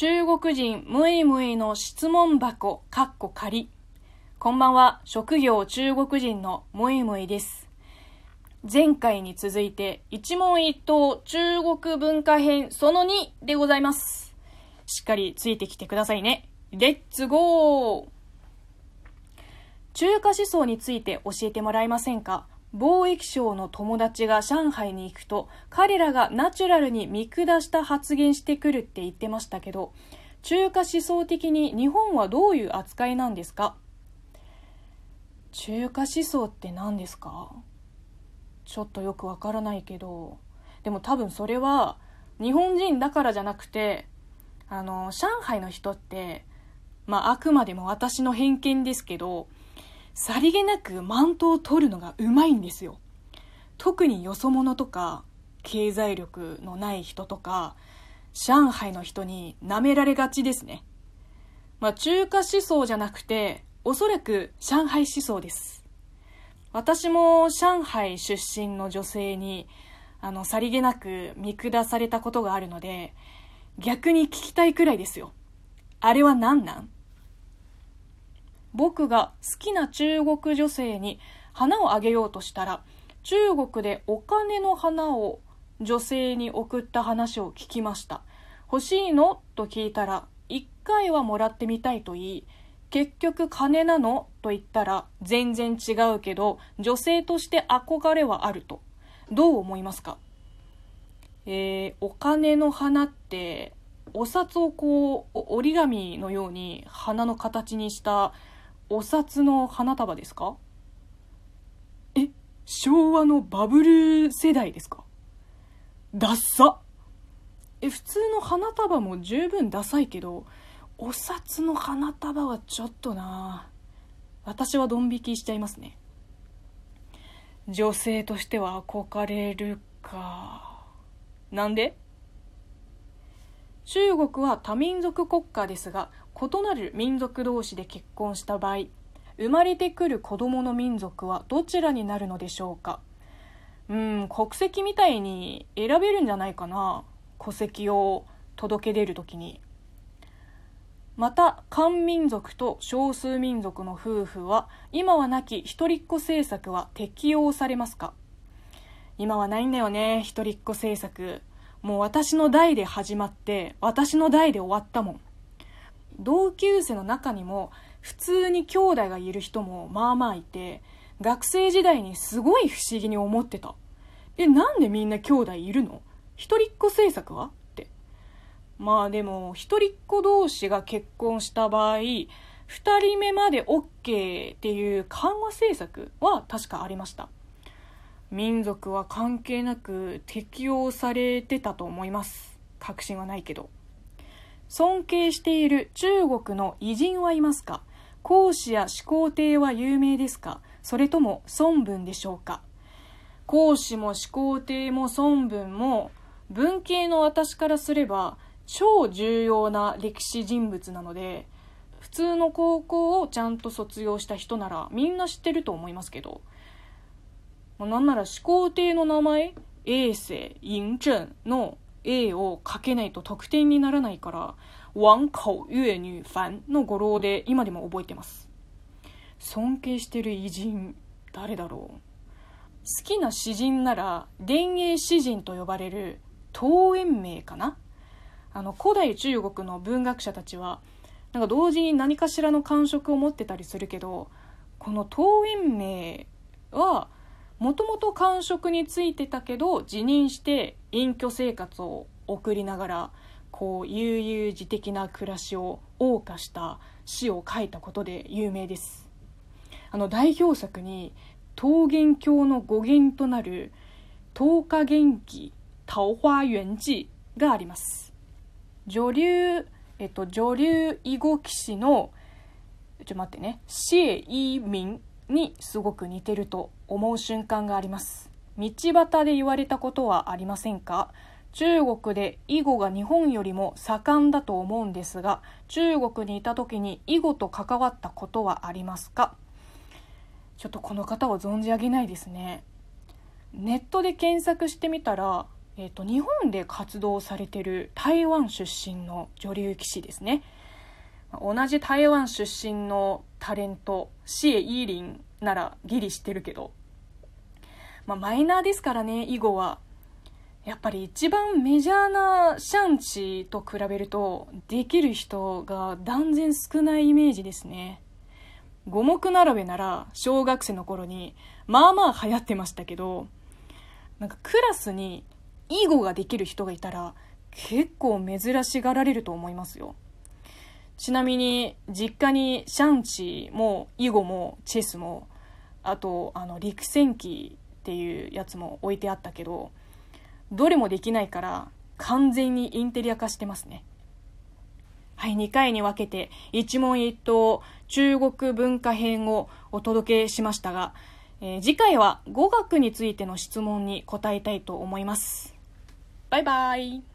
中国人ムイムイの質問箱仮。こんばんは、職業中国人のムイムイです。前回に続いて一問一答中国文化編その2でございます。しっかりついてきてくださいね。レッツゴー。中華思想について教えてもらえませんか？貿易商の友達が上海に行くと、彼らがナチュラルに見下した発言してくるって言ってましたけど、中華思想的に日本はどういう扱いなんですか？中華思想って何ですか？ちょっとよくわからないけど、でも多分それは日本人だからじゃなくて、上海の人って、あくまでも私の偏見ですけど、さりげなくマウントを取るのがうまいんですよ。特によそ者とか経済力のない人とか上海の人に舐められがちですね。中華思想じゃなくておそらく上海思想です。私も上海出身の女性にさりげなく見下されたことがあるので、逆に聞きたいくらいですよ。あれは何なん？僕が好きな中国女性に花をあげようとしたら、中国でお金の花を女性に送った話を聞きました。欲しいの？と聞いたら、1回はもらってみたいと言い、結局金なの？と言ったら、全然違うけど女性として憧れはあると。どう思いますか？お金の花ってお札を折り紙のように花の形にしたお札の花束ですか？昭和のバブル世代ですか？ダッサ。普通の花束も十分ダサいけど、お札の花束はちょっとな。私はドン引きしちゃいますね。女性としては憧れるか。なんで？中国は多民族国家ですが、異なる民族同士で結婚した場合、生まれてくる子供の民族はどちらになるのでしょうか？国籍みたいに選べるんじゃないかな。戸籍を届け出るときに。また、漢民族と少数民族の夫婦は、今はなき一人っ子政策は適用されますか？今はないんだよね、一人っ子政策。もう私の代で始まって、私の代で終わったもん。同級生の中にも普通に兄弟がいる人もまあまあいて、学生時代にすごい不思議に思ってた。なんでみんな兄弟いるの？一人っ子政策は？って。でも一人っ子同士が結婚した場合、二人目まで OK っていう緩和政策は確かありました。民族は関係なく適用されてたと思います。確信はないけど。尊敬している中国の偉人はいますか？孔子や始皇帝は有名ですか？それとも孫文でしょうか？孔子も始皇帝も孫文も文系の私からすれば超重要な歴史人物なので、普通の高校をちゃんと卒業した人ならみんな知ってると思いますけど、なんなら始皇帝の名前永世、嬴政の A を書けないと得点にならないから、王口月女凡の語呂で今でも覚えてます。尊敬してる偉人誰だろう。好きな詩人なら伝英詩人と呼ばれる陶淵明かな。古代中国の文学者たちは同時に何かしらの感触を持ってたりするけど、この陶淵明はもともと感触についてたけど辞任して隠居生活を送りながら悠々自適な暮らしを謳歌した詩を書いたことで有名です。代表作に桃源郷の語源となる桃花源記桃花源記があります。女流囲碁棋士の謝依銘にすごく似てると思う瞬間があります。道端で言われたことはありませんか？中国で囲碁が日本よりも盛んだと思うんですが、中国にいた時に囲碁と関わったことはありますか？ちょっとこの方を存じ上げないですね。ネットで検索してみたら日本で活動されている台湾出身の女流棋士ですね。同じ台湾出身のタレントシエ・イーリンならギリ知ってるけど、マイナーですからね。囲碁はやっぱり一番メジャーなシャンチーと比べるとできる人が断然少ないイメージですね。五目並べなら小学生の頃にまあまあ流行ってましたけど、なんかクラスに囲碁ができる人がいたら結構珍しがられると思いますよ。ちなみに実家にシャンチーも囲碁もチェスも、あと陸戦機っていうやつも置いてあったけど、どれもできないから完全にインテリア化してますね。はい、2回に分けて一問一答中国文化編をお届けしましたが、次回は語学についての質問に答えたいと思います。バイバイ。